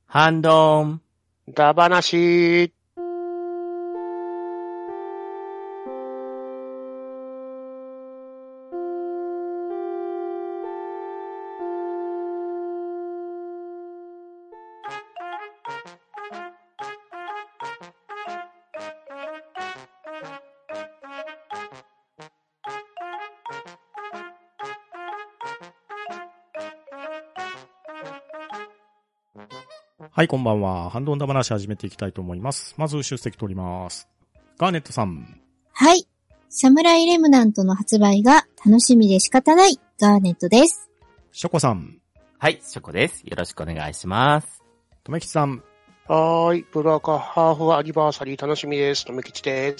ハンドン。 だばなし。 はい、こんばんは。ハンドンダ話始めていきたいと思います。まず出席取ります。ガーネットさん。 はい。サムライレムナントの発売が楽しみで仕方ないガーネットです。 ショコさん。 はい、ショコです。よろしくお願いします。 とめきちさん。 はーい。ブルアカハーフアニバーサリー楽しみです。とめきちです。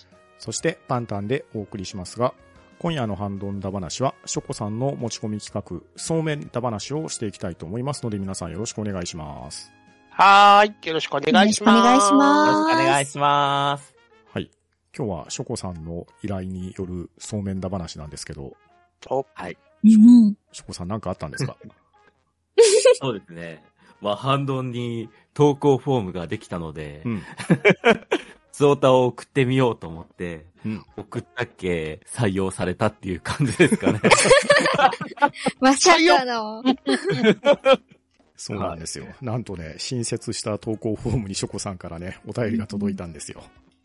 そしてパンタンでお送りしますが、今夜のハンドンダ話はショコさんの持ち込み企画、そうめんダ話をしていきたいと思いますので、皆さんよろしくお願いします。 はーい。よろしくお願いします。 お願いします。 よろしくお願いします。 はい。今日はショコさんの依頼によるそうめんダ話なんですけど。 はい。 ショコさんなんかあったんですか？ そうですね。まあ、ハンドンに投稿フォームができたので、普通歌を送ってみようと思って、送ったっけ採用されたっていう感じですかね。 まさかの。 そうなんですよ。なんとね、新設した投稿フォームにショコさんからね、お便りが届いたんですよ。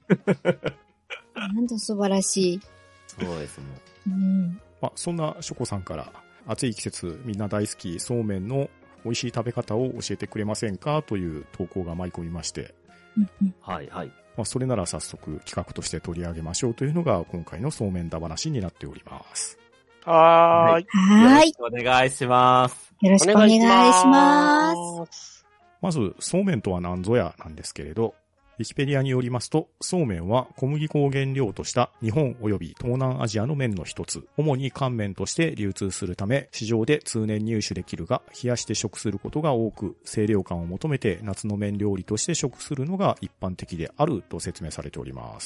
なんと素晴らしい。 そうですもん。 まあ、そんなショコさんから暑い季節みんな大好きそうめんの美味しい食べ方を教えてくれませんかという投稿が舞い込みまして、 はいはい。 まあ、それなら早速企画として取り上げましょうというのが今回のそうめんだ話になっております。 はーい。 はい。 よろしくお願いします。 よろしくお願いします。 まず、そうめんとは何ぞやなんですけれど、ウィキペディアによりますと、そうめんは小麦粉を原料とした日本及び東南アジアの麺の一つ、主に乾麺として流通するため、市場で通年入手できるが、冷やして食することが多く、清涼感を求めて夏の麺料理として食するのが一般的であると説明されております。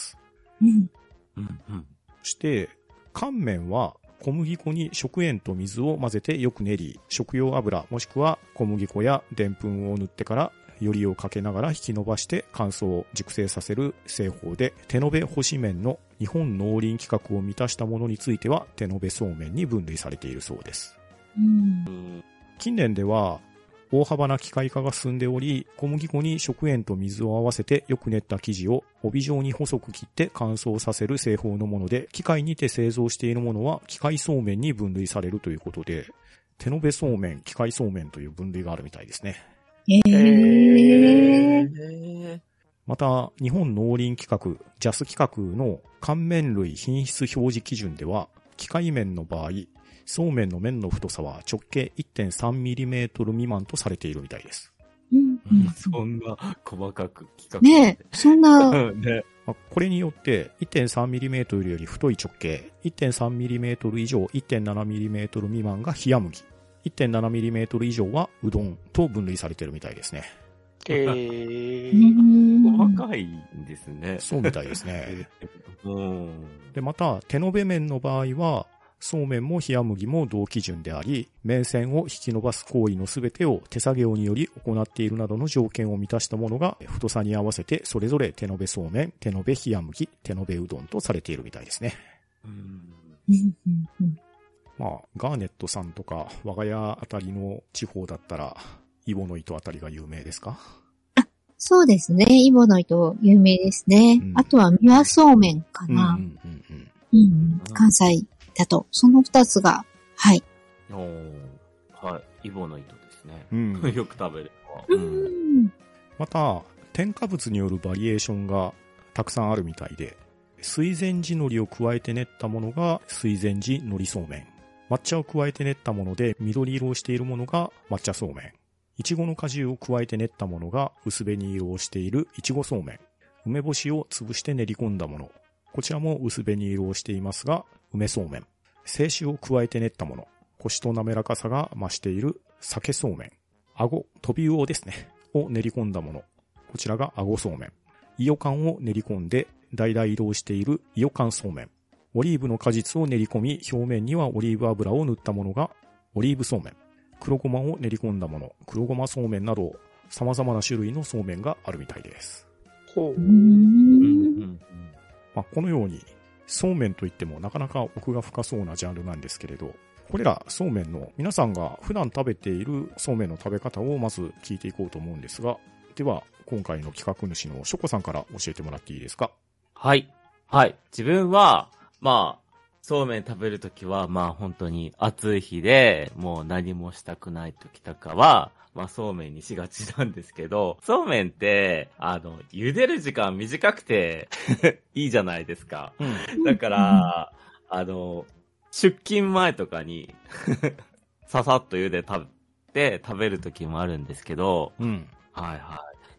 そして、乾麺は小麦粉に食塩と水を混ぜてよく練り、食用油もしくは小麦粉やでんぷんを塗ってからよりをかけながら引き伸ばして乾燥、熟成させる製法で、手延べ干し麺の日本農林規格を満たしたものについては手延べそうめんに分類されているそうです。近年では大幅な機械化が進んでおり、小麦粉に食塩と水を合わせてよく練った生地を帯状に細く切って乾燥させる製法のもので、機械にて製造しているものは機械そうめんに分類されるということで、手延べそうめん、機械そうめんという分類があるみたいですね。また、日本農林規格、JAS 規格の乾麺類品質表示基準では、機械麺の場合、そうめんの麺の太さは直径 1.3mm 未満とされているみたいです。 そんな細かく規格ねえ、そんな。 ね、 これによって 1.3mm より太い直径、1.3mm 以上 1.7mm 未満が冷麦、1.7mm 以上はうどんと分類されているみたいですね。 細かいんですね。 そうみたいですね。で、また、手延べ麺の場合は、そうめんも冷麦も同基準であり、麺線を引き伸ばす行為のすべてを手作業により行っているなどの条件を満たしたものが、太さに合わせてそれぞれ手延べそうめん、手延べ冷麦、手延べうどんとされているみたいですね。まあ、ガーネットさんとか我が家あたりの地方だったら、イボの糸あたりが有名ですか？ そうですね。イボの糸有名ですね。あとは三輪そうめんかな。関西だと、その二つが、はい。 はい。イボの糸ですね。よく食べる。 また、添加物によるバリエーションがたくさんあるみたいで、水前寺海苔を加えて練ったものが水前寺海苔そうめん。抹茶を加えて練ったもので緑色をしているものが抹茶そうめん。いちごの果汁を加えて練ったものが薄紅色をしているいちごそうめん。梅干しを潰して練り込んだもの。こちらも薄紅色をしていますが、梅そうめん。清酒を加えて練ったもの。コシと滑らかさが増している酒そうめん。飛び魚ですね。を練り込んだもの。こちらがそうめん。伊予柑を練り込んで橙色をしている伊予柑そうめん。オリーブの果実を練り込み、表面にはオリーブ油を塗ったものがオリーブそうめん。黒ごまを練り込んだもの、黒ごまそうめんなど、 様々な種類のそうめんがあるみたいです。 ほう。 まあ、このように、そうめんといってもなかなか奥が深そうなジャンルなんですけれど、これらそうめんの皆さんが普段食べているそうめんの食べ方をまず聞いていこうと思うんですが、では今回の企画主のショコさんから教えてもらっていいですか？ はい。はい。自分は、まあ、そうめん食べるときは、まあ本当に暑い日で、もう何もしたくないときとかは、まあそうめんにしがちなんですけど、そうめんって、茹でる時間短くていいじゃないですか。だから、出勤前とかにささっと茹で食べるときもあるんですけど、はいはい。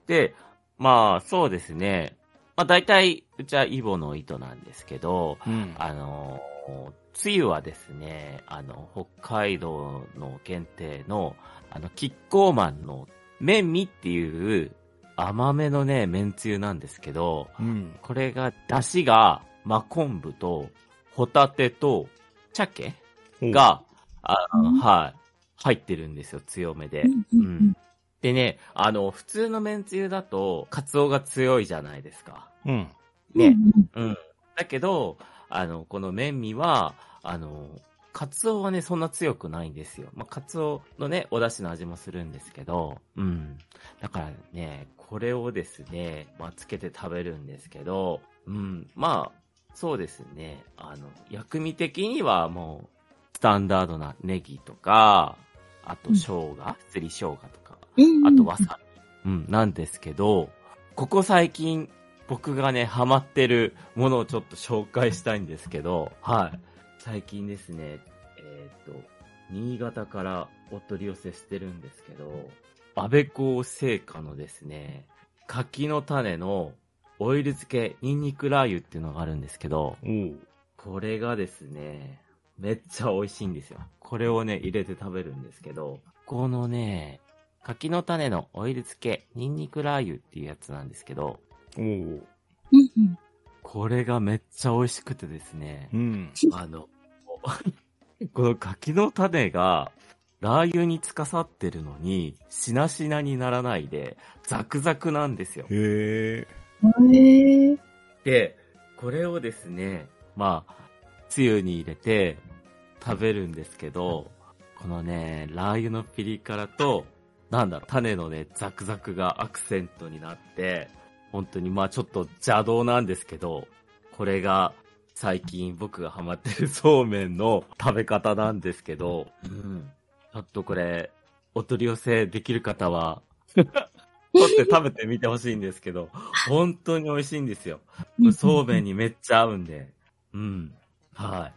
で、まあそうですね。まあ大体、うちはイボの糸なんですけど、つゆはですね、北海道の限定の、キッコーマンの麺味っていう甘めのね、麺つゆなんですけど、これが、出汁が、真昆布と、ホタテと、鮭が、はい、入ってるんですよ、強めで。でね、普通の麺つゆだと、カツオが強いじゃないですか。ね。だけど、この麺味は、カツオはね、そんな強くないんですよ。まあ、カツオのね、お出汁の味もするんですけど、だからね、これをですね、まあ、つけて食べるんですけど、まあ、そうですね、薬味的にはもう、スタンダードなネギとか、あと生姜、すり生姜とか、あとわさび、なんですけど、ここ最近、僕がね、ハマってるものをちょっと紹介したいんですけど、はい。最近ですね、新潟からお取り寄せしてるんですけど、安倍港製菓のですね、柿の種のオイル漬けニンニクラー油っていうのがあるんですけど、これがですね、めっちゃ美味しいんですよ。これをね、入れて食べるんですけど、このね、柿の種のオイル漬けニンニクラー油っていうやつなんですけど、これがめっちゃ美味しくてですね、この柿の種がラー油につかさってるのに、しなしなにならないで、ザクザクなんですよ。 へー。 で、これをですね、まあ、つゆに入れて食べるんですけど、このね、ラー油のピリ辛と、種のね、ザクザクがアクセントになって、本当にまあちょっと邪道なんですけど、これが最近僕がハマってるそうめんの食べ方なんですけど、ちょっとこれ、お取り寄せできる方は、取って食べてみてほしいんですけど、本当に美味しいんですよ。そうめんにめっちゃ合うんで。はい。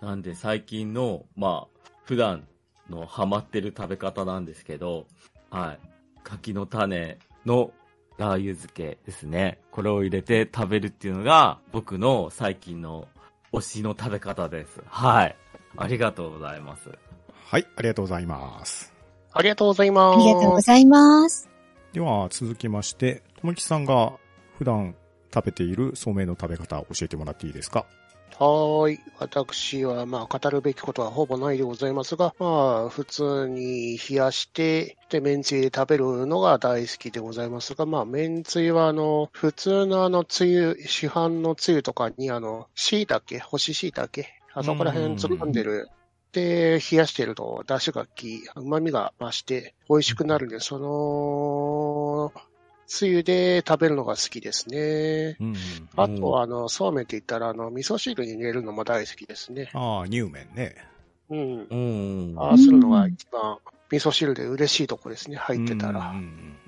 なんで最近の、まあ、普段のハマってる食べ方なんですけど、はい。柿の種のラー油漬けですね。これを入れて食べるっていうのが僕の最近の推しの食べ方です。はい。ありがとうございます。 はい、ありがとうございます。 ありがとうございます。 ありがとうございます。 では続きまして、ともきさんが普段食べているそうめんの食べ方を教えてもらっていいですか？ はい。私は、まあ、語るべきことはほぼないでございますが、まあ、普通に冷やして、で、麺つゆで食べるのが大好きでございますが、まあ、麺つゆは、普通のつゆ、市販のつゆとかに、椎茸、干し椎茸、あそこら辺突っ込んでる。で、冷やしてると、出汁が旨味が増して、美味しくなるんで、その、つゆで食べるのが好きですね。あとは、そうめんって言ったら、味噌汁に入れるのも大好きですね。 ああ、乳麺ね。 ああするのが一番、味噌汁で嬉しいとこですね、入ってたら。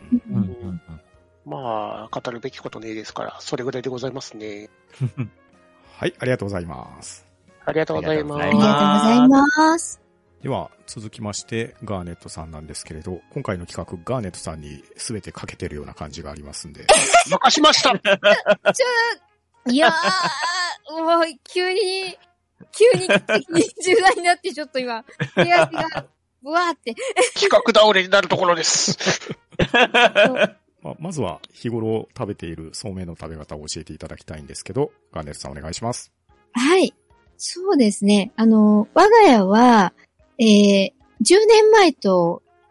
まあ、語るべきことねえですから、それぐらいでございますね。 はい、ありがとうございます。 ありがとうございます。 ありがとうございます。 では、続きまして、ガーネットさんなんですけれど、今回の企画、ガーネットさんに全てかけてるような感じがありますんで。 任しましたいやー、もう、急に重大になってちょっと今、手足が、ブワーって。 企画倒れになるところです。 まずは、日頃食べているそうめんの食べ方を教えていただきたいんですけど、ガーネットさんお願いします。 はい。そうですね。我が家は、10年前と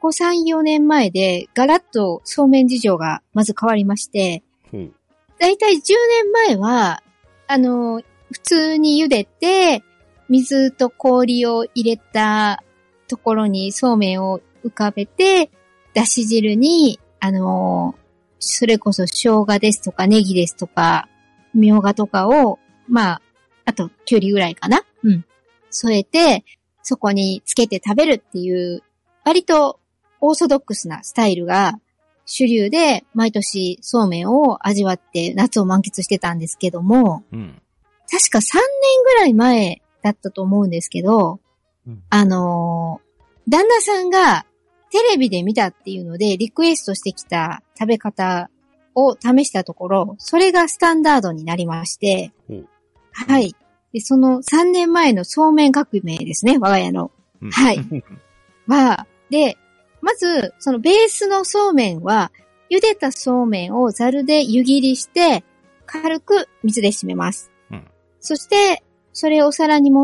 こ3、4年前でガラッとそうめん事情がまず変わりまして、だいたい10年前は、普通に茹でて、水と氷を入れたところにそうめんを浮かべて、だし汁に、それこそ生姜ですとかネギですとか、みょうがとかを、あと、きゅうりぐらいかな添えて、そこにつけて食べるっていう、割とオーソドックスなスタイルが主流で、毎年そうめんを味わって夏を満喫してたんですけども、確か3年ぐらい前だったと思うんですけど、旦那さんがテレビで見たっていうのでリクエストしてきた食べ方を試したところ、それがスタンダードになりまして、はい。で、その3年前のそうめん革命ですね、我が家の。はい。で、まず、そのベースのそうめんは、茹でたそうめんをザルで湯切りして、軽く水で締めます。そして、それをお皿に盛って、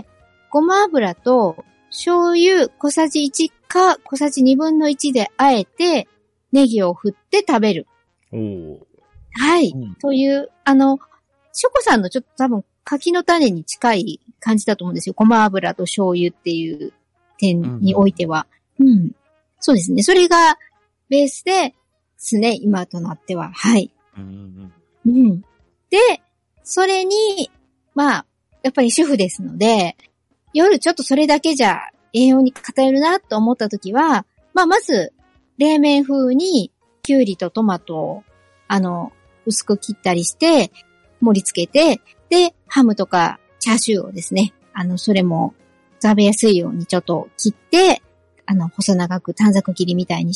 ごま油と醤油小さじ1か小さじ2分の1で和えて、ネギを振って食べる。はい。という、ショコさんのちょっと多分、柿の種に近い感じだと思うんですよ。ごま油と醤油っていう点においては。そうですね。それがベースですね、今となっては。はい。で、それに、やっぱり主婦ですので、夜ちょっとそれだけじゃ栄養に偏るなと思ったときは、まず、冷麺風にきゅうりとトマトを、薄く切ったりして、盛り付けて、で、ハムとかチャーシューをですね、それも食べやすいようにちょっと切って、細長く短冊切りみたいにして、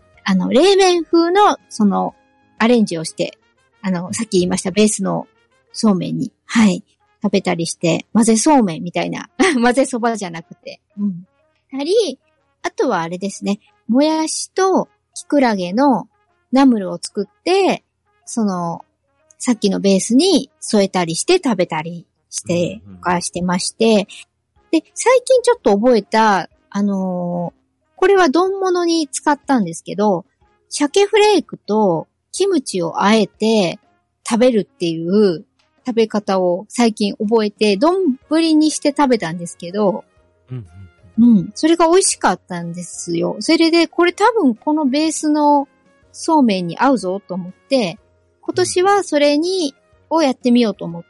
冷麺風の、アレンジをして、さっき言いましたベースのそうめんに、はい、食べたりして、混ぜそうめんみたいな、混ぜそばじゃなくて、あとはあれですね、もやしときくらげのナムルを作って、さっきのベースに添えたりして食べたりしてまして、で、最近ちょっと覚えた、これは丼物に使ったんですけど、鮭フレークとキムチを和えて食べるっていう食べ方を最近覚えて、丼にして食べたんですけど、それが美味しかったんですよ。それで、これ多分このベースのそうめんに合うぞと思って、今年はそれをやってみようと思って、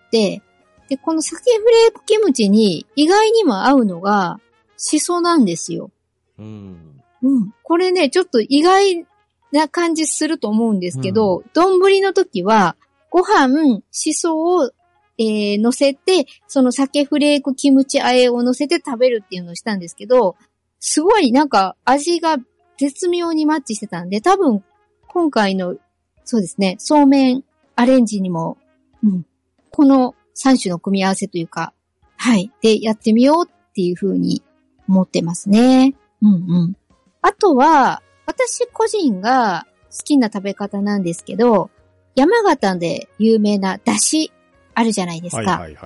で、この鮭フレークキムチに意外にも合うのが、シソなんですよ。これね、ちょっと意外な感じすると思うんですけど、丼の時は、ご飯、シソを、乗せて、その鮭フレークキムチ和えを乗せて食べるっていうのをしたんですけど、すごいなんか味が絶妙にマッチしてたんで、多分今回の、そうですね、そうめんアレンジにも、この3種の組み合わせというか、はい、でやってみようっていう風に思ってますね。あとは、私個人が好きな食べ方なんですけど、山形で有名なだしあるじゃないですか。あれ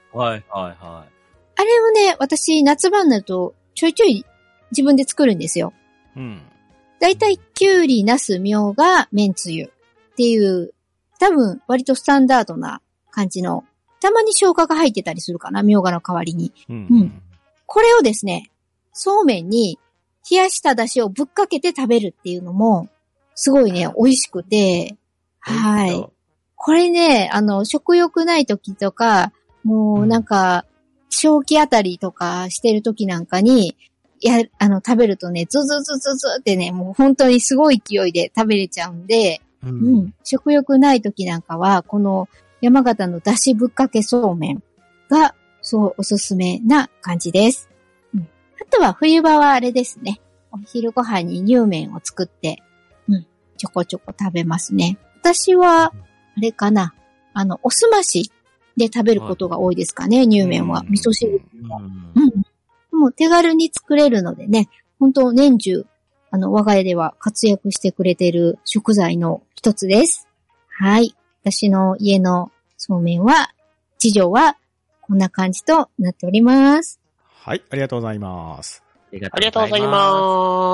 をね、私夏場になるとちょいちょい自分で作るんですよ。だいたいきゅうり、なす、みょうが、めんつゆっていう、多分割とスタンダードな感じの、たまに生姜が入ってたりするかな、みょうがの代わりに。これをですね、そうめんに冷やしただしをぶっかけて食べるっていうのも、すごいね、美味しくて、はい。これね、食欲ない時とか、もうなんか、正気あたりとかしてる時なんかに、食べるとね、ズズズズズってね、もう本当にすごい勢いで食べれちゃうんで、食欲ない時なんかは、この山形のだしぶっかけそうめんが、そうおすすめな感じです。あとは冬場はあれですね。お昼ご飯に乳麺を作って、ちょこちょこ食べますね。私は、あれかな。おすましで食べることが多いですかね、乳麺は。味噌汁も。もう手軽に作れるのでね、本当年中、我が家では活躍してくれている食材の一つです。はい。私の家のそうめんは、事情はこんな感じとなっております。 はい、ありがとうございます。 ありがとうございます。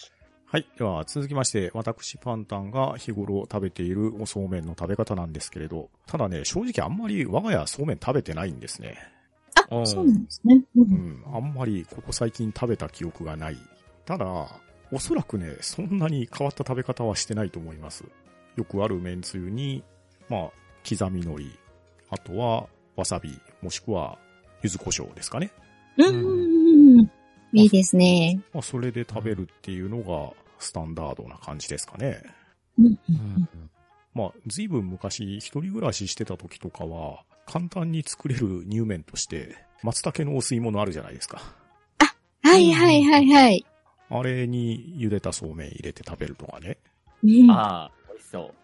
はい。では、続きまして、私、パンタンが日頃食べているおそうめんの食べ方なんですけれど、ただね、正直あんまり我が家そうめん食べてないんですね。 あ、そうなんですね。 あんまりここ最近食べた記憶がない。ただ、おそらくね、そんなに変わった食べ方はしてないと思います。よくあるめんつゆに、刻み海苔、あとはわさび、もしくは柚子胡椒ですかね。 いいですね。 それで食べるっていうのがスタンダードな感じですかね。随分昔一人暮らししてた時とかは、簡単に作れる乳麺として、松茸のお吸い物あるじゃないですか。 はいはいはいはい。 あれに茹でたそうめん入れて食べるとかね。 美味しそう。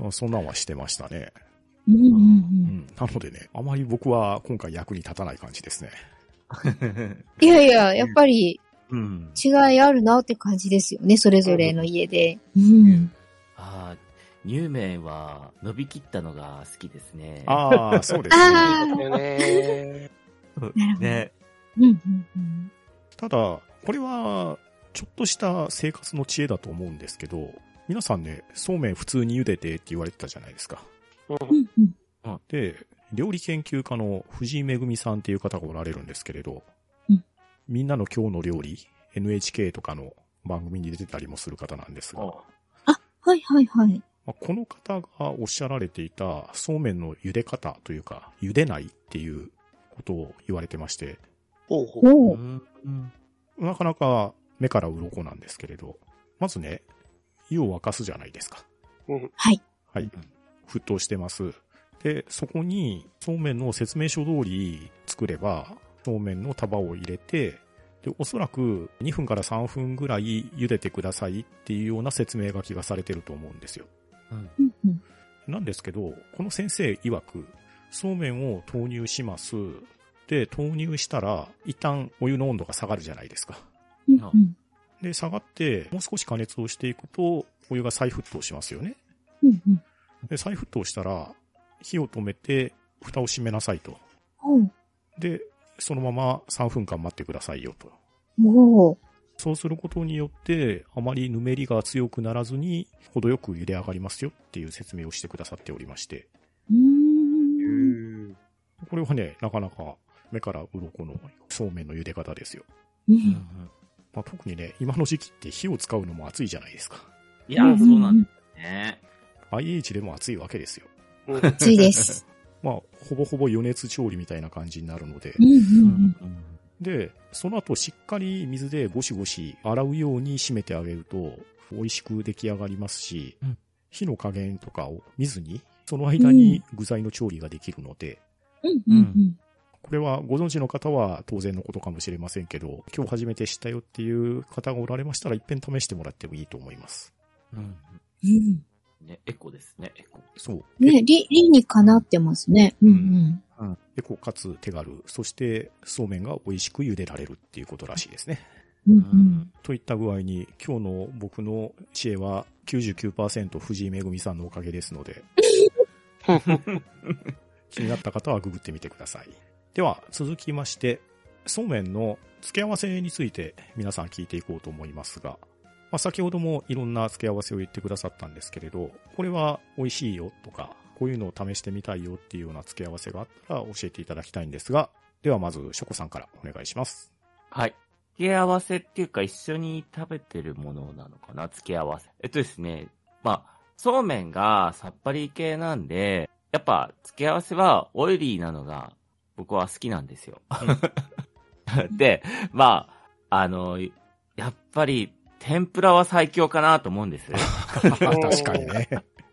そんなんはしてましたね。なのでね、あまり僕は今回役に立たない感じですね。 いやいや、やっぱり、違いあるなって感じですよね、それぞれの家で。 乳麺は伸びきったのが好きですね。 そうですね。 ね。 ただ、これは、ちょっとした生活の知恵だと思うんですけど、皆さんね、そうめん普通に茹でてって言われてたじゃないですか。で、料理研究家の藤井めぐみさんっていう方がおられるんですけれど、みんなの今日の料理、NHK とかの番組に出てたりもする方なんですが。 はいはいはい。 この方がおっしゃられていたそうめんの茹で方というか、茹でないっていうことを言われてまして。なかなか目から鱗なんですけれど、まずね、湯を沸かすじゃないですか。 はい。 はい。沸騰してます。で、そこにそうめんの説明書通り作れば、そうめんの束を入れて、で、おそらく2分から3分ぐらい茹でてくださいっていうような説明書きがされてると思うんですよ。なんですけど、この先生曰く、そうめんを投入します。で、投入したら、一旦お湯の温度が下がるじゃないですか。で、下がって、もう少し加熱をしていくと、お湯が再沸騰しますよね。で、再沸騰したら、火を止めて、蓋を閉めなさいと。で、そのまま3分間待ってくださいよと。そうすることによって、あまりぬめりが強くならずに、程よく茹で上がりますよっていう説明をしてくださっておりまして。これはね、なかなか目から鱗のそうめんの茹で方ですよ。特にね、今の時期って火を使うのも暑いじゃないですか。 いや、そうなんですね。 IH でも暑いわけですよ。 暑いです。 ほぼほぼ余熱調理みたいな感じになるので。で、その後しっかり水でゴシゴシ洗うように締めてあげると美味しく出来上がりますし、火の加減とかを見ずに、その間に具材の調理ができるので、これはご存知の方は当然のことかもしれませんけど、今日初めて知ったよっていう方がおられましたら一遍試してもらってもいいと思います。 エコですね、エコ。 そう。 ね、理にかなってますね。 エコかつ手軽、そしてそうめんが美味しく茹でられるっていうことらしいですね。といった具合に、今日の僕の知恵は 99% 藤井めぐみさんのおかげですので、気になった方はググってみてください。では、続きまして、そうめんの付け合わせについて皆さん聞いていこうと思いますが、先ほどもいろんな付け合わせを言ってくださったんですけれど、これは美味しいよとか、こういうのを試してみたいよっていうような付け合わせがあったら教えていただきたいんですが、ではまず、ショコさんからお願いします。 はい。付け合わせっていうか一緒に食べてるものなのかな、付け合わせ。ですね、そうめんがさっぱり系なんで、やっぱ付け合わせはオイリーなのが僕は好きなんですよ。で、やっぱり天ぷらは最強かなと思うんです。 確かにね。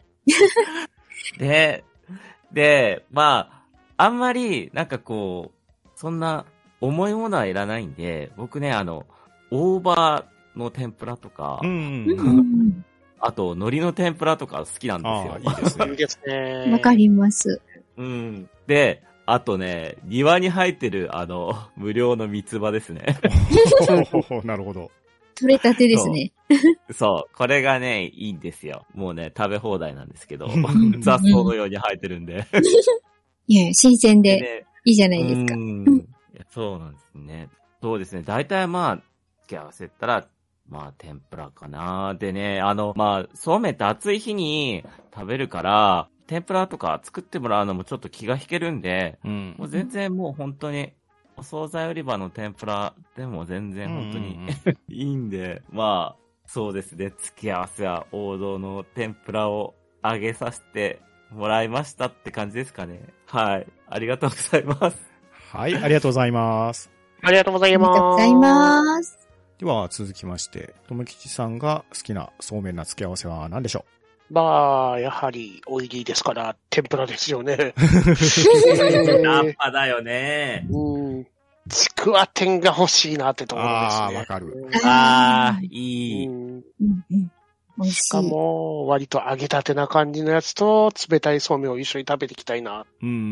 で、あんまり、そんな重いものはいらないんで、僕ね、大葉の天ぷらとか、あと、海苔の天ぷらとか好きなんですよ。 いいですね。 いいですね。 わかります。 で、あとね、庭に生えてる、無料の三つ葉ですね。 なるほど。 取れたてですね。 そう。これがね、いいんですよ。もうね、食べ放題なんですけど、雑草のように生えてるんで。 いや、新鮮でいいじゃないですか。 そうなんですね。 そうですね。大体まあ、付け合わせたら、まあ、天ぷらかな。でね、まあ、そうめんって暑い日に食べるから、天ぷらとか作ってもらうのもちょっと気が引けるんで、もう全然もう本当に、お惣菜売り場の天ぷらでも全然本当に、いいんで、まあ、そうですね。付け合わせは王道の天ぷらを揚げさせてもらいましたって感じですかね。はい。ありがとうございます。 はい、ありがとうございます。 ありがとうございます。 ありがとうございます。 では続きまして、ともきちさんが好きなそうめんな付け合わせは何でしょう？まあ、やはりオイリーですから、天ぷらですよね。 やっぱだよね。 ちくわ天が欲しいなってところですね。 ああ、わかる。 いい。 しかも、割と揚げたてな感じのやつと、冷たいそうめんを一緒に食べていきたいな。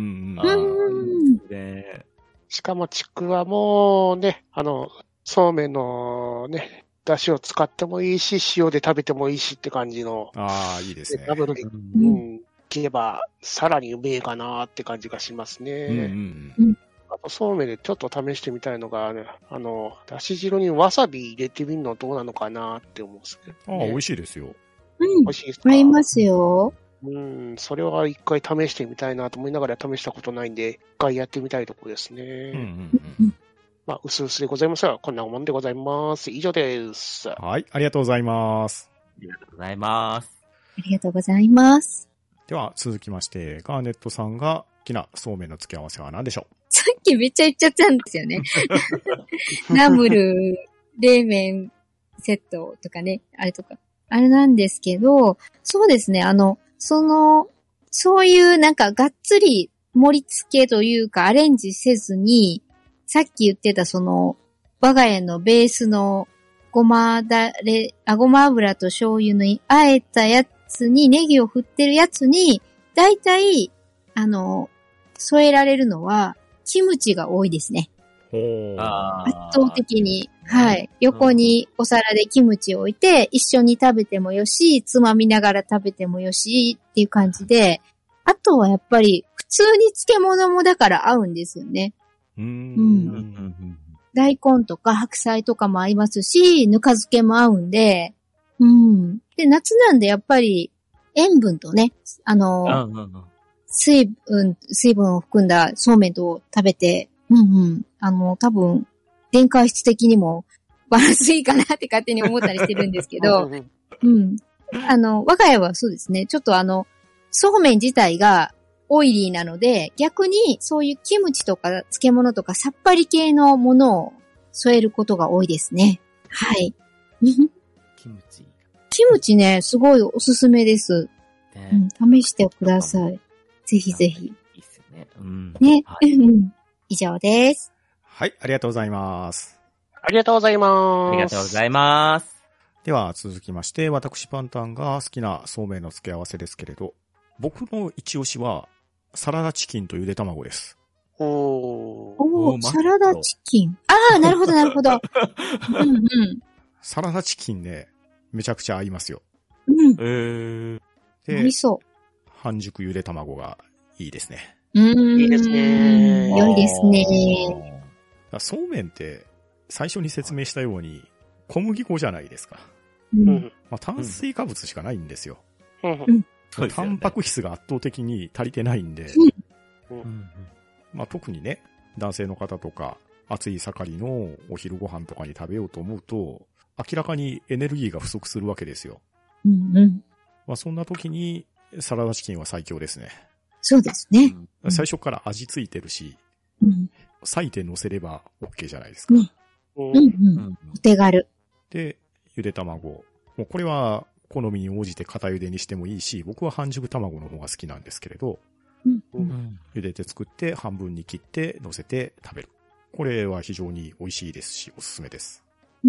しかもちくわもね、そうめんのね、出汁を使ってもいいし、塩で食べてもいいしって感じの。 ああ、いいですね。 ダブルで、切れば、さらにうめえかなって感じがしますね。あと、そうめんでちょっと試してみたいのが、ね、だし汁にわさび入れてみるのどうなのかなって思うんですけど、 ね。ああ、美味しいですよ。 美味しいですか？ 合いますよ。 それは一回試してみたいなと思いながら試したことないんで、一回やってみたいところですね。まあ、薄々でございますが、こんなもんでございます。以上です。 はい、ありがとうございます。 ありがとうございます。 ありがとうございます。 では、続きまして、ガーネットさんが好きなそうめんの付け合わせは何でしょう？ さっきめっちゃ言っちゃったんですよね。ナムル、冷麺セットとかね、あれとか。あれなんですけど、そうですね、そういうなんかがっつり盛り付けというかアレンジせずに、さっき言ってた我が家のベースのごま油と醤油のあえたやつにネギを振ってるやつに、だいたい、添えられるのは、キムチが多いですね。圧倒的に。はい。横にお皿でキムチを置いて、一緒に食べてもよし、つまみながら食べてもよし、っていう感じで、あとはやっぱり、普通に漬物もだから合うんですよね。大根とか白菜とかも合いますし、ぬか漬けも合うんで、で、夏なんでやっぱり、塩分とね、水分を含んだそうめんと食べて、多分、電解質的にもバランスいいかなって勝手に思ったりしてるんですけど、我が家はそうですね、ちょっとそうめん自体がオイリーなので、逆にそういうキムチとか漬物とかさっぱり系のものを添えることが多いですね。はい。キムチね、すごいおすすめです。試してください。ぜひぜひ。いいっすね。ね。以上です。 はい、ありがとうございます。 ありがとうございます。 ありがとうございます。 では続きまして、私パンタンが好きなそうめんの付け合わせですけれど、僕の一押しは、サラダチキンとゆで卵です。 サラダチキン。ああ、なるほど、なるほど。 サラダチキンね、めちゃくちゃ合いますよ。 で、美味しそう。 半熟ゆで卵がいいですね。 いいですね。 良いですね。 そうめんって、最初に説明したように、小麦粉じゃないですか。炭水化物しかないんですよ。タンパク質が圧倒的に足りてないんで、特にね、男性の方とか、暑い盛りのお昼ご飯とかに食べようと思うと、明らかにエネルギーが不足するわけですよ。そんな時に、サラダチキンは最強ですね。 そうですね。 最初から味ついてるし、裂いて乗せれば OK じゃないですか。 お手軽。 で、ゆで卵。もうこれは好みに応じて片茹でにしてもいいし、僕は半熟卵の方が好きなんですけれど、茹でて作って半分に切って乗せて食べる。これは非常に美味しいですし、おすすめです。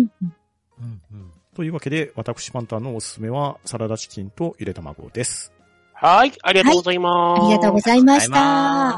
というわけで、私パンタンのおすすめはサラダチキンとゆで卵です。 はい、ありがとうございます。 ありがとうございました。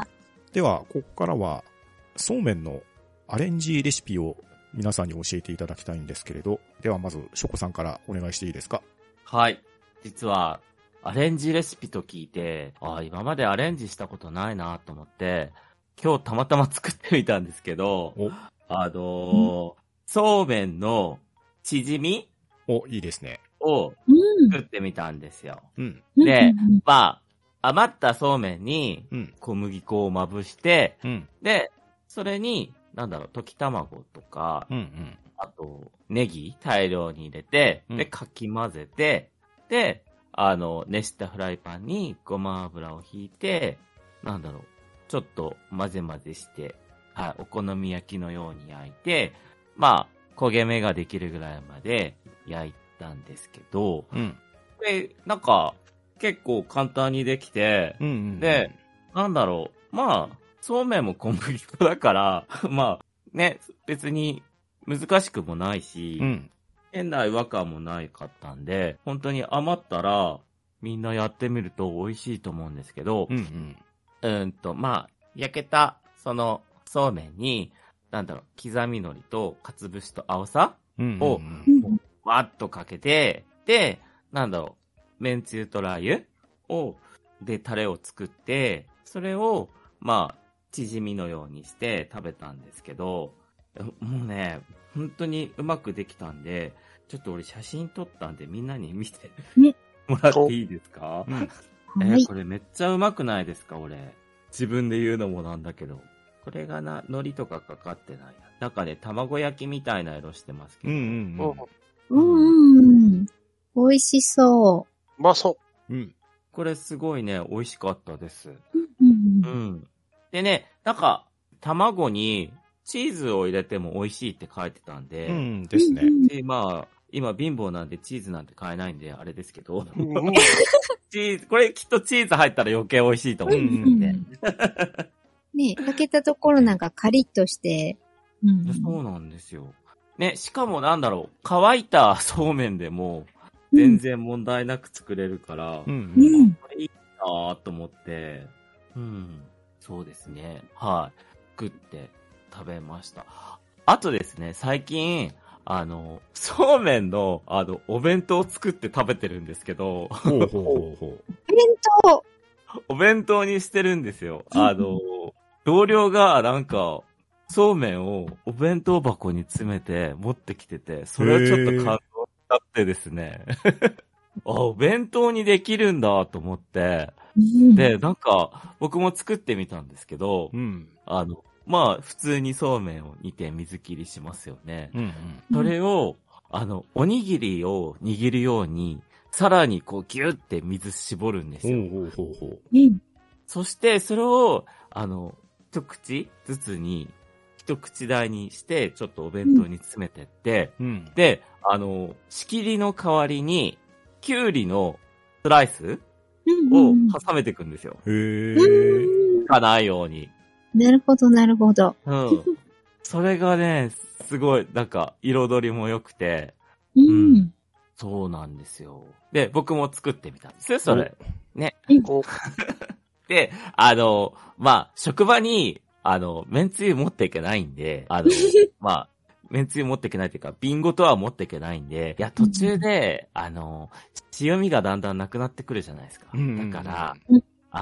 では、ここからは、そうめんのアレンジレシピを皆さんに教えていただきたいんですけれど、ではまず、ショコさんからお願いしていいですか？ はい。実は、アレンジレシピと聞いて、今までアレンジしたことないなと思って、今日たまたま作ってみたんですけど、 そうめんのチヂミお、いいですね。 を作ってみたんですよ。 うん。 で、まあ、余ったそうめんに小麦粉をまぶして、 うん、 で、それに、溶き卵とか、 うんうん、 あと、ネギ大量に入れて、で、かき混ぜて、で、熱したフライパンにごま油をひいて、ちょっと混ぜ混ぜして、はい、お好み焼きのように焼いて、まあ、焦げ目ができるぐらいまで焼いたんですけど、 うん、 で、結構簡単にできて、 うんうんうん、 で、まあ、そうめんも小麦粉だから、まあ、ね、別に難しくもないし、変な違和感もないかったんで、本当に余ったら、みんなやってみると美味しいと思うんですけど、まあ、焼けた、そうめんに、刻み海苔と、かつぶしとあおさを、わっとかけて、で、めんつゆとラー油で、タレを作って、それを、まあ、チヂミのようにして食べたんですけど、もうね、本当にうまくできたんで、ちょっと俺写真撮ったんでみんなに見てもらっていいですか？これめっちゃうまくないですか俺。自分で言うのもなんだけど。これが海苔とかかかってないな。卵焼きみたいな色してますけど。 美味しそう。 うまそう。 これすごいね、美味しかったです。でね、卵にチーズを入れても美味しいって書いてたんで。 ですね。 まあ、今貧乏なんでチーズなんて買えないんであれですけど。これきっとチーズ入ったら余計美味しいと思うんで。 ね、焼けたところカリッとして。 そうなんですよ。ね、しかも乾いたそうめんでも全然問題なく作れるから、これいいなぁと思って、そうですね。はい。作って食べました。あとですね、最近、そうめんの、お弁当を作って食べてるんですけど、お弁当にしてるんですよ。同僚がそうめんをお弁当箱に詰めて持ってきてて、それはちょっと感動だってですね。お弁当にできるんだと思って、で、僕も作ってみたんですけど、まあ、普通にそうめんを煮て水切りしますよね。それを、おにぎりを握るように、さらにギュって水絞るんですよ。そして、それを、一口ずつに、一口大にして、ちょっとお弁当に詰めてって、で、仕切りの代わりに、きゅうりのスライスを挟めていくんですよ。つかないように。 なるほど、なるほど。 それがね、すごい、彩りも良くて、そうなんですよ。で、僕も作ってみたんですよ、それ。ね。で、まあ、職場に、めんつゆ持っていけないんで、まあ、めんつゆ持っていけないというか、瓶ごとは持っていけないんで、いや、途中で、塩味がだんだんなくなってくるじゃないですか。だから、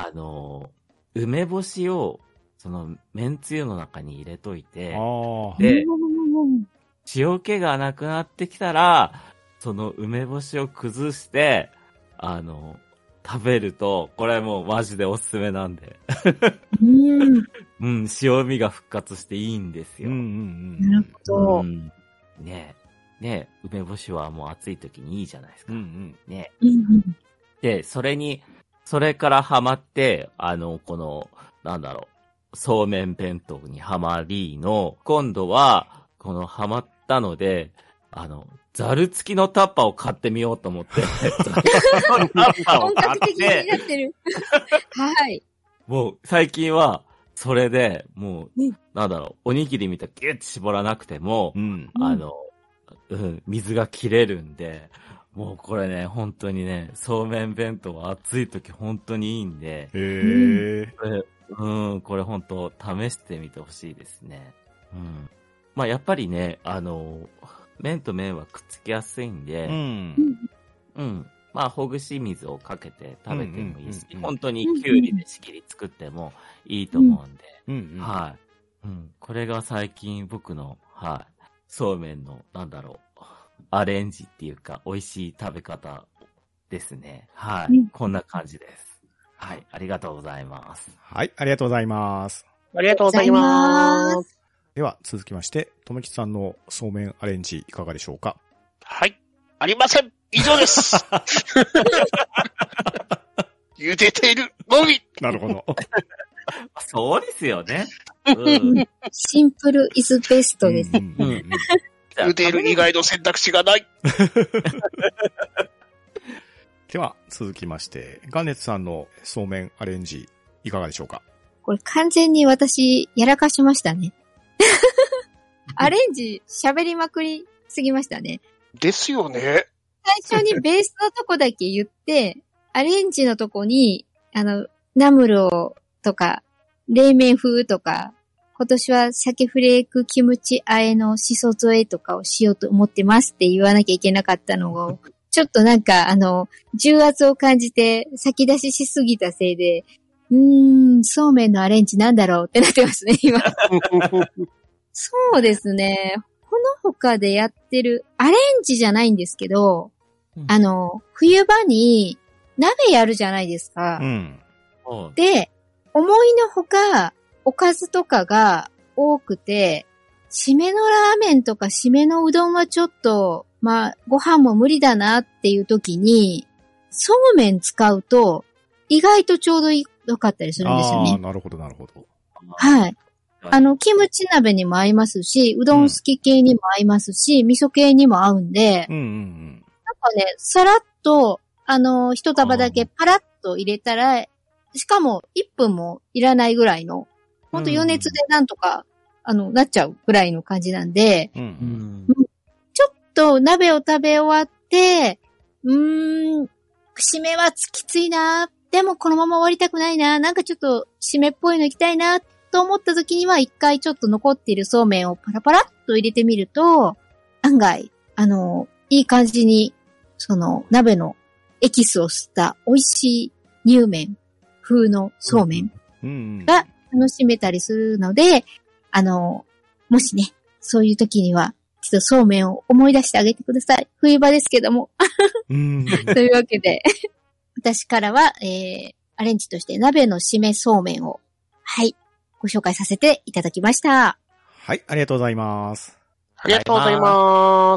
梅干しを、めんつゆの中に入れといて、で、塩気がなくなってきたら、その梅干しを崩して、食べると、これもうマジでおすすめなんで。塩味が復活していいんですよ。 なるほど。 ね梅干しはもう暑い時にいいじゃないですか。ねで、それからハマって、そうめん弁当にハマりの、今度は、ハマったので、ザル付きのタッパーを買ってみようと思って。 本格的になってる。はい。 もう、最近は、それで、もう、おにぎりみたいにギュッて絞らなくても、水が切れるんで、もうこれね、本当にね、そうめん弁当は暑い時本当にいいんで、これ本当試してみてほしいですね。まあやっぱりね、麺と麺はくっつきやすいんで、まあほぐし水をかけて食べてもいいし、本当にきゅうりで仕切り作ってもいいと思うんで、はい。 うん。これが最近僕の、はい。そうめんの、アレンジっていうか、美味しい食べ方ですね。はい。こんな感じです。はい。ありがとうございます。 はい。ありがとうございます。 ありがとうございます。 では、続きまして、とめきちさんのそうめんアレンジいかがでしょうか？ はい。ありません。以上です。茹でているのみ。 なるほど。 そうですよね。 シンプルイズベストです。 茹でる以外の選択肢がない。 では、続きまして、ガネツさんのそうめんアレンジいかがでしょうか？ これ完全に私、やらかしましたね。アレンジ喋りまくりすぎましたね。 ですよね。 最初にベースのとこだけ言って、アレンジのとこに、ナムロとか、冷麺風とか、今年は鮭フレークキムチ和えのしそ添えとかをしようと思ってますって言わなきゃいけなかったのを、ちょっと重圧を感じて先出ししすぎたせいで、そうめんのアレンジなんだろうってなってますね、今。そうですね。この他でやってる、アレンジじゃないんですけど、冬場に鍋やるじゃないですか。で、思いのほか、おかずとかが多くて、締めのラーメンとか締めのうどんはちょっと、ご飯も無理だなっていう時に、そうめん使うと、意外とちょうど良かったりするんですよね。 なるほど、なるほど。 はい。キムチ鍋にも合いますし、うどん好き系にも合いますし、味噌系にも合うんで、なんかね、さらっと、一束だけパラッと入れたら、しかも1分もいらないぐらいの、ほんと余熱でなんとか、なっちゃうぐらいの感じなんで、ちょっと鍋を食べ終わって、締めはきついな、でもこのまま終わりたくないな、なんかちょっと締めっぽいの行きたいな、と思った時には一回ちょっと残っているそうめんをパラパラっと入れてみると、案外、いい感じに、鍋のエキスを吸った美味しい乳麺風のそうめんが楽しめたりするので、もしね、そういう時には、ちょっとそうめんを思い出してあげてください。冬場ですけども。というわけで、私からは、アレンジとして鍋の締めそうめんを、はい、ご紹介させていただきました。 はい、ありがとうございます。 ありがとうございます。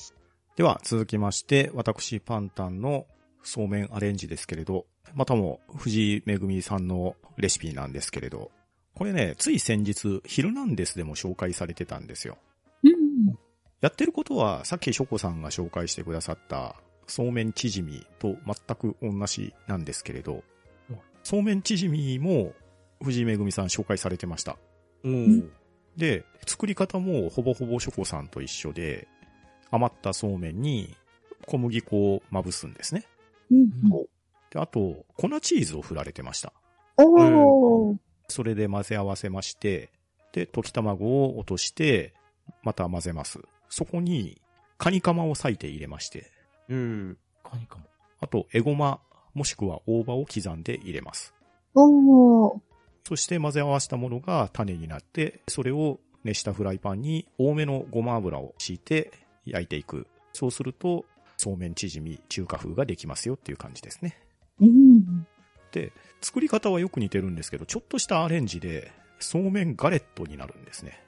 では、続きまして、私、パンタンのそうめんアレンジですけれど、またも、藤井めぐみさんのレシピなんですけれど、これね、つい先日、ヒルナンデスでも紹介されてたんですよ。やってることは、さっきショコさんが紹介してくださった、そうめんチヂミと全く同じなんですけれど、そうめんチヂミも、藤井めぐみさん紹介されてました。で、作り方もほぼほぼショコさんと一緒で、余ったそうめんに小麦粉をまぶすんですね。で、あと、粉チーズを振られてました。それで混ぜ合わせまして、で、溶き卵を落として、また混ぜます。そこに、カニカマを裂いて入れまして。 カニカマ。 あと、エゴマ、もしくは大葉を刻んで入れます。そして混ぜ合わせたものが種になって、それを熱したフライパンに多めのごま油を敷いて焼いていく。そうすると、そうめんチヂミ中華風ができますよっていう感じですね。で、作り方はよく似てるんですけど、ちょっとしたアレンジで、そうめんガレットになるんですね。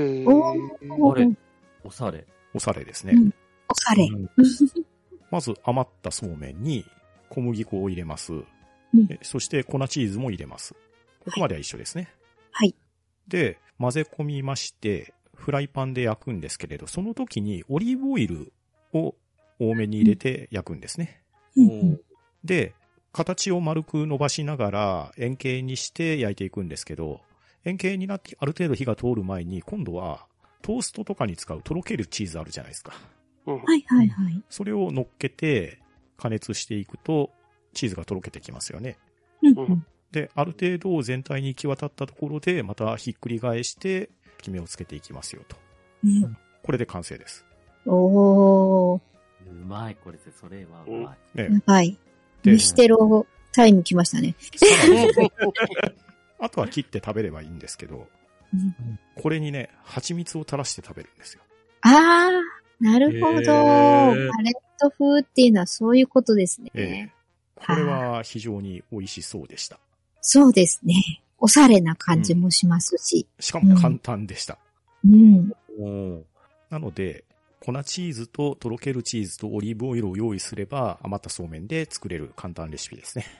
おされ。 おされですね。 おされ。 まず余ったそうめんに小麦粉を入れます。そして粉チーズも入れます。ここまでは一緒ですね。 はい。 で、混ぜ込みまして、フライパンで焼くんですけれど、その時にオリーブオイルを多めに入れて焼くんですね。で、形を丸く伸ばしながら円形にして焼いていくんですけど、円形になってある程度火が通る前に、今度はトーストとかに使うとろけるチーズあるじゃないですか。 はいはいはい。 それを乗っけて加熱していくと、チーズがとろけてきますよね。で、ある程度全体に行き渡ったところで、またひっくり返して、焼き目をつけていきますよと。これで完成です。 うまい、これで、それはうまい。 やばい。飯テロタイム来ましたね。 あとは切って食べればいいんですけど、 これにね、蜂蜜を垂らして食べるんですよ。 あー、なるほど。ガレット風っていうのはそういうことですね。 これは非常に美味しそうでした。 そうですね。おしゃれな感じもしますし。 しかも簡単でした。なので、粉チーズととろけるチーズとオリーブオイルを用意すれば余ったそうめんで作れる簡単レシピですね。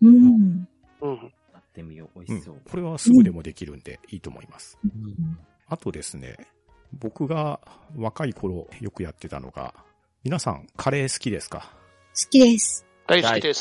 やってみよう。美味しそう。 これはすぐでもできるんでいいと思います。あとですね、僕が若い頃よくやってたのが、皆さんカレー好きですか？ 好きです。 大好きです。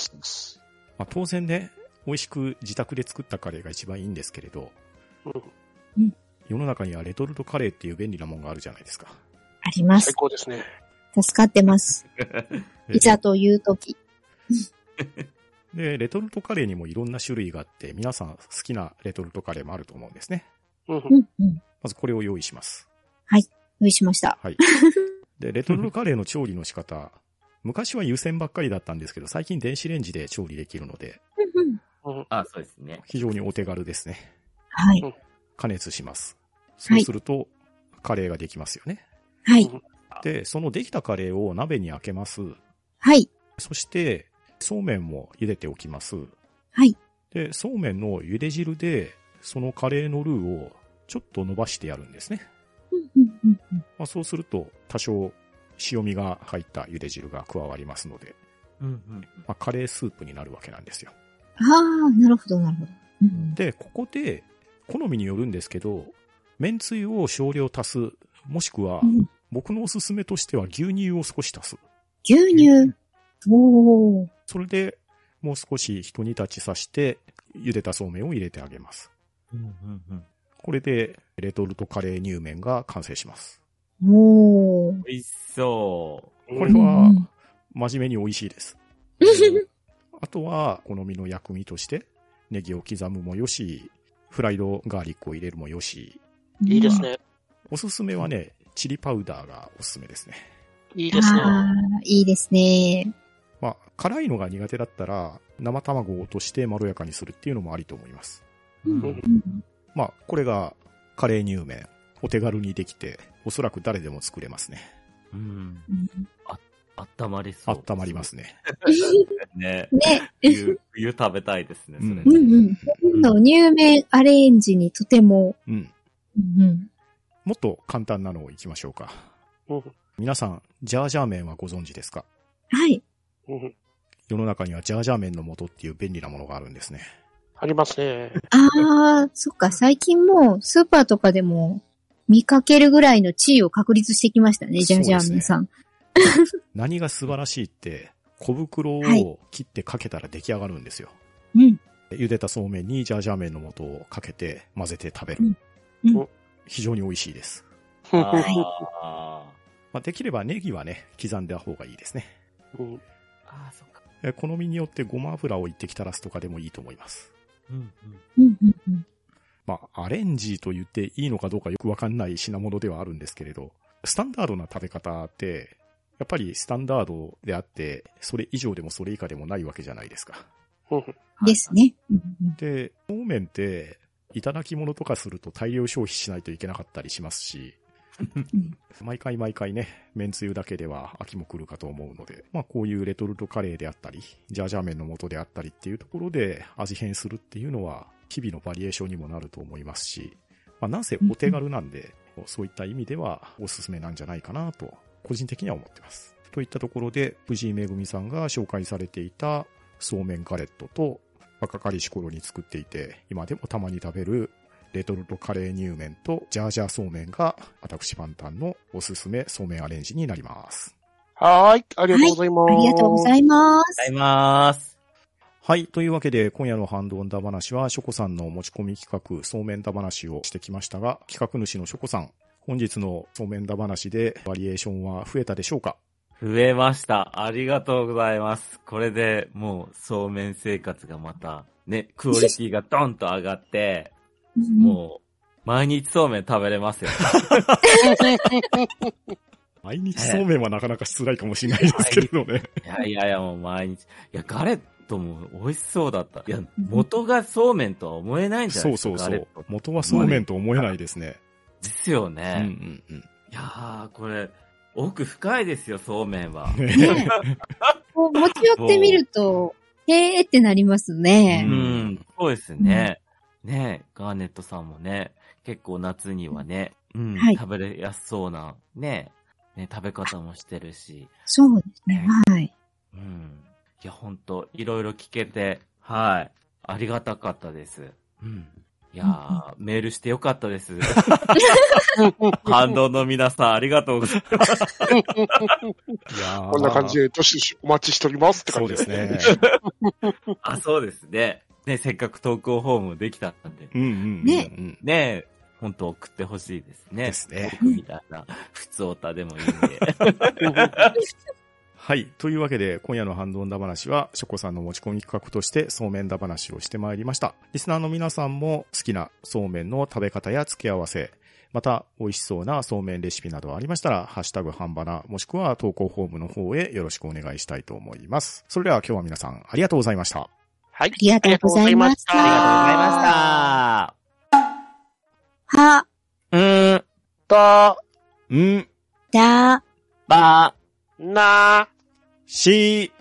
当然ね、美味しく自宅で作ったカレーが一番いいんですけれど、世の中にはレトルトカレーっていう便利なものがあるじゃないですか。 あります。 最高ですね。 助かってます。いざというとき。 で、レトルトカレーにもいろんな種類があって、皆さん好きなレトルトカレーもあると思うんですね。まずこれを用意します。 はい。用意しました。 はい。で、レトルトカレーの調理の仕方、昔は湯煎ばっかりだったんですけど、最近電子レンジで調理できるので、 そうですね。 非常にお手軽ですね。 はい。 加熱します。そうすると、カレーができますよね。 はい。 で、そのできたカレーを鍋に開けます。 はい。 そして、そうめんも茹でておきます。 はい。 で、そうめんの茹で汁で、そのカレーのルーをちょっと伸ばしてやるんですね。そうすると、多少塩味が入った茹で汁が加わりますので、カレースープになるわけなんですよ。 ああ、なるほど、なるほど。 で、ここで、好みによるんですけど、麺つゆを少量足す、もしくは、僕のおすすめとしては牛乳を少し足す。 牛乳それで、もう少し一煮立ちさせて、茹でたそうめんを入れてあげます。これで、レトルトカレー乳麺が完成します。 美味しそう。 これは、真面目に美味しいです。あとは、好みの薬味として、ネギを刻むもよし、フライドガーリックを入れるもよし。 いいですね。 おすすめはね、チリパウダーがおすすめですね。 いいですね。 いいですね。 辛いのが苦手だったら、生卵を落としてまろやかにするっていうのもありと思います。これがカレー乳麺。お手軽にできて、おそらく誰でも作れますね。 温まりそう。 温まりますね。 ね。冬食べたいですね、それ。 乳麺アレンジにとても。 もっと簡単なのをいきましょうか。皆さん、ジャージャー麺はご存知ですか？ はい。 世の中にはジャージャー麺の素っていう便利なものがあるんですね。 ありますね。 そっか、最近もうスーパーとかでも見かけるぐらいの地位を確立してきましたね、ジャージャー麺さん。 何が素晴らしいって、小袋を切ってかけたら出来上がるんですよ。茹でたそうめんにジャージャー麺の素をかけて混ぜて食べる。非常に美味しいです。できればネギはね、刻んだ方がいいですね。 そっか。 好みによってごま油を一滴垂らすとかでもいいと思います。アレンジと言っていいのかどうかよくわかんない品物ではあるんですけれど、スタンダードな食べ方って、やっぱりスタンダードであって、それ以上でもそれ以下でもないわけじゃないですか。 ですね。 で、そうめんって、いただき物とかすると大量消費しないといけなかったりしますし、毎回ね、麺つゆだけでは飽きも来るかと思うので、こういうレトルトカレーであったり、ジャージャー麺の素であったりっていうところで味変するっていうのは、日々のバリエーションにもなると思いますし、なんせお手軽なんで、そういった意味ではおすすめなんじゃないかなと、個人的には思ってます。といったところで、藤井めぐみさんが紹介されていたそうめんガレットと、若かりし頃に作っていて、今でもたまに食べるレトルトカレー乳麺とジャージャーそうめんが、私パンタンのおすすめそうめんアレンジになります。 はい、ありがとうございます。 ありがとうございます。 ありがとうございます。 はい。というわけで、今夜のハンドンダ話は、ショコさんの持ち込み企画、そうめんだ話をしてきましたが、企画主のショコさん、本日のそうめんだ話でバリエーションは増えたでしょうか？ 増えました。ありがとうございます。これでもうそうめん生活がまたね、クオリティがドンと上がって、もう毎日そうめん食べれますよ。 毎日そうめんはなかなか辛いかもしれないですけれどね。 いやもう毎日。いや、ガレットも美味しそうだった。いや、元がそうめんとは思えないんじゃないですか。 そう。元はそうめんと思えないですね。 ですよね。いやー、これ、奥深いですよ、そうめんは。 持ち寄ってみると、へーってなりますね。 そうですね。ね、ガーネットさんもね、結構夏にはね、食べれやすそうな、ね、食べ方もしてるし。 そうですね、はい。 いや、ほんと、いろいろ聞けて、はい。ありがたかったです。いやー、メールしてよかったです。反動の皆さん、ありがとうございます。 いやこんな感じで、どしどしお待ちしておりますって感じですね。 そうですね。ね、せっかく投稿フォームできたんで。ね、本当送ってほしいですね。 ですね。 僕みたいな、普通オタでもいいんで。 はい。というわけで、今夜のハンドンダ話は、ショコさんの持ち込み企画として、そうめんだ話をしてまいりました。リスナーの皆さんも好きなそうめんの食べ方や付け合わせ、また、美味しそうなそうめんレシピなどありましたら、ハッシュタグハンバナ、もしくは投稿フォームの方へよろしくお願いしたいと思います。それでは今日は皆さん、ありがとうございました。 はい。 ありがとうございました。 ありがとうございました。 は、 だ、 だ、 な、 し、